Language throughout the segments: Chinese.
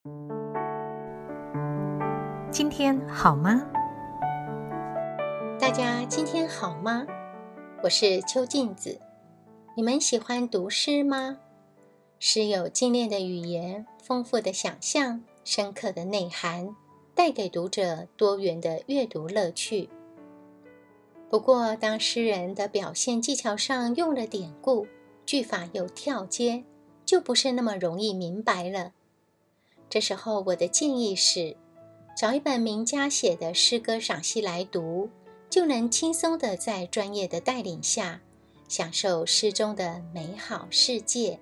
今天好吗？ 大家今天好吗？我是邱静子。你们喜欢读诗吗？诗有精炼的语言、丰富的想象、深刻的内涵，带给读者多元的阅读乐趣。不过，当诗人的表现技巧上用了典故，句法又跳接，就不是那么容易明白了。这时候，我的建议是，找一本名家写的诗歌赏析来读，就能轻松地在专业的带领下，享受诗中的美好世界。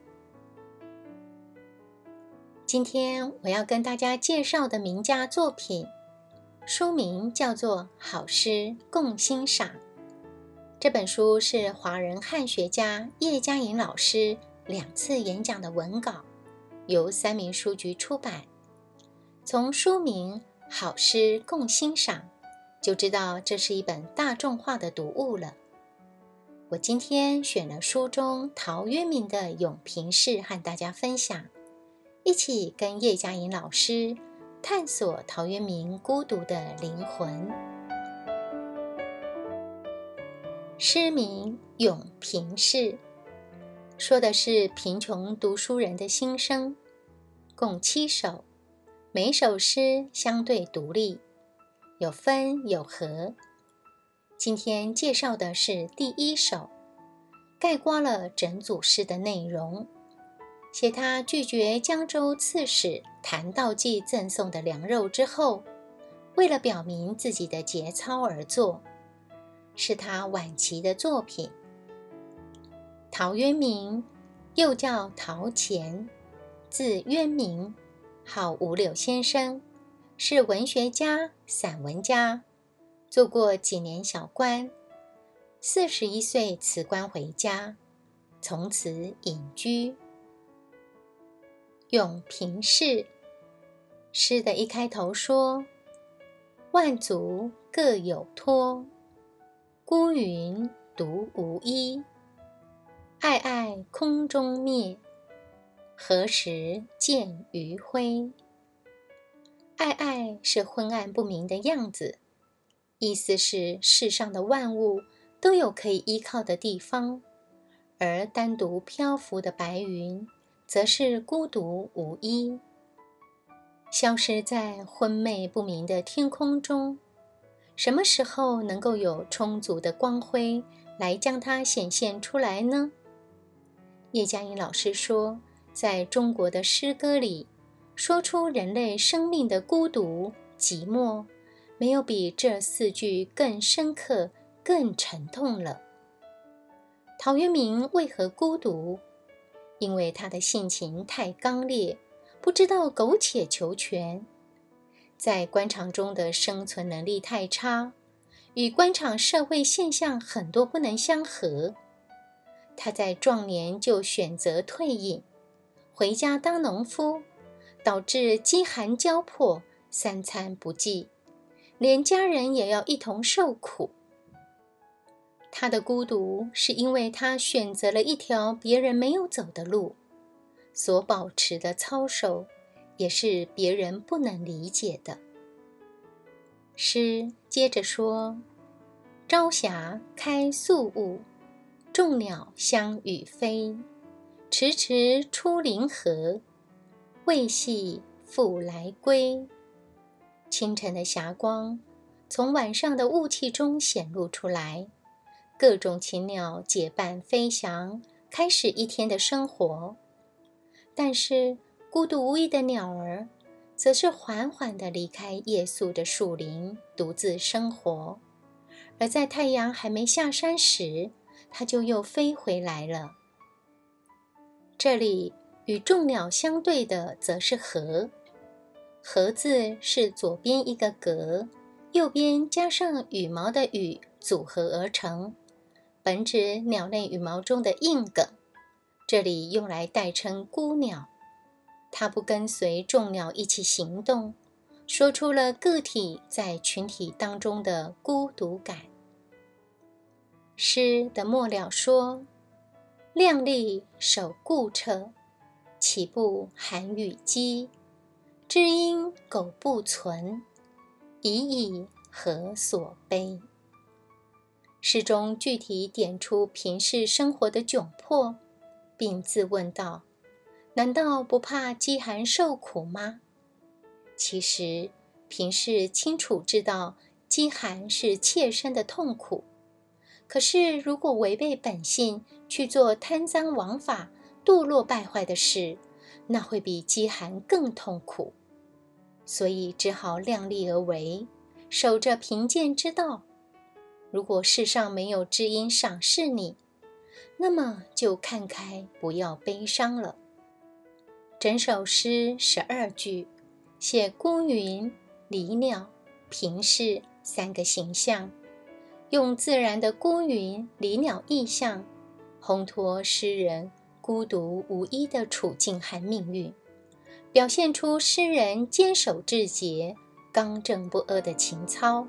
今天我要跟大家介绍的名家作品，书名叫做《好诗共欣赏》。这本书是华人汉学家叶嘉莹老师2次演讲的文稿，由三民书局出版。从书名好诗共欣赏，就知道这是一本大众化的读物了。我今天选了书中陶渊明的咏评式和大家分享，一起跟叶嘉莹老师探索陶渊明孤独的灵魂。诗名咏评式，说的是贫穷读书人的心声，共7首，每首诗相对独立，有分有合。今天介绍的是第1首，概括了整组诗的内容，写他拒绝江州刺史谭道济赠送的羊肉之后，为了表明自己的节操而作，是他晚期的作品。陶渊明又叫陶潜，字渊明，号五柳先生，是文学家、散文家，做过几年小官，41岁辞官回家，从此隐居。咏评式，诗的一开头说：万族各有托，孤云独无依。皑皑空中灭，何时见余晖？皑皑是昏暗不明的样子，意思是世上的万物都有可以依靠的地方，而单独漂浮的白云则是孤独无依，消失在昏昧不明的天空中。什么时候能够有充足的光辉来将它显现出来呢？叶嘉莹老师说，在中国的诗歌里，说出人类生命的孤独、寂寞，没有比这4句更深刻、更沉痛了。陶渊明为何孤独？因为他的性情太刚烈，不知道苟且求全，在官场中的生存能力太差，与官场社会现象很多不能相合。他在壮年就选择退隐，回家当农夫，导致饥寒交迫，3餐不继，连家人也要一同受苦。他的孤独是因为他选择了一条别人没有走的路，所保持的操守也是别人不能理解的。诗接着说：朝霞开素雾，众鸟相与飞，迟迟出林河，未系复来归。清晨的霞光从晚上的雾气中显露出来，各种禽鸟结伴飞翔，开始一天的生活。但是孤独无依的鸟儿则是缓缓地离开夜宿的树林，独自生活，而在太阳还没下山时，它就又飞回来了。这里与众鸟相对的则是禾，禾字是左边一个格，右边加上羽毛的羽组合而成，本指鸟类羽毛中的硬梗，这里用来代称孤鸟。它不跟随众鸟一起行动，说出了个体在群体当中的孤独感。诗的末了说：亮丽手顾彻，岂不寒雨积？ 知音苟不存，已矣何所悲。诗中具体点出平世生活的窘迫，并自问道：难道不怕饥寒受苦吗？其实平世清楚知道饥寒是切身的痛苦，可是如果违背本性去做贪赃枉法、堕落败坏的事，那会比饥寒更痛苦。所以只好量力而为，守着贫贱之道。如果世上没有知音赏识你，那么就看开，不要悲伤了。整首诗12句，写孤云、离鸟、平世3个形象，用自然的孤云、离鸟意象，烘托诗人孤独无依的处境和命运，表现出诗人坚守志节、刚正不阿的情操。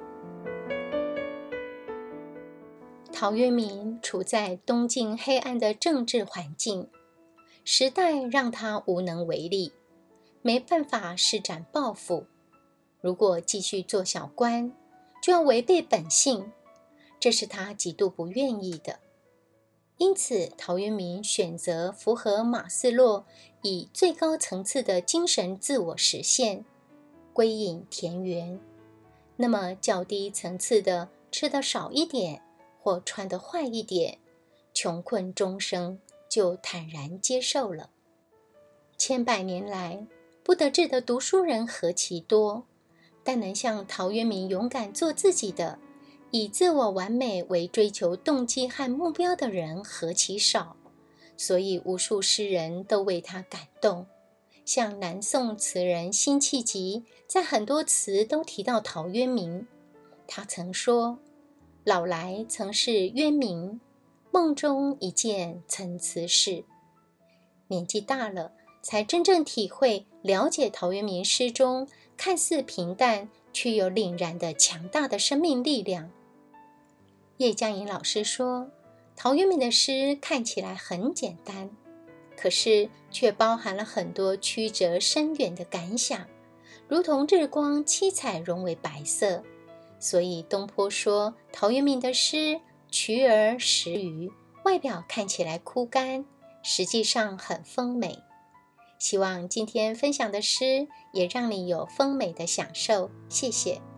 陶渊明处在东晋黑暗的政治环境，时代让他无能为力，没办法施展抱负。如果继续做小官，就要违背本性，这是他极度不愿意的。因此，陶渊明选择符合马斯洛以最高层次的精神自我实现，归隐田园。那么较低层次的吃得少一点，或穿得坏一点，穷困终生，就坦然接受了。千百年来，不得志的读书人何其多，但能像陶渊明勇敢做自己的，以自我完美为追求动机和目标的人何其少。所以无数诗人都为他感动。像南宋词人辛弃疾，在很多词都提到陶渊明。他曾说：老来曾是渊明，梦中一见参差是。年纪大了，才真正体会了解陶渊明诗中看似平淡却又凛然的强大的生命力量。叶嘉莹老师说，陶渊明的诗看起来很简单，可是却包含了很多曲折深远的感想，如同日光七彩融为白色。所以东坡说陶渊明的诗曲而实余，外表看起来枯干，实际上很丰美。希望今天分享的诗也让你有丰美的享受，谢谢。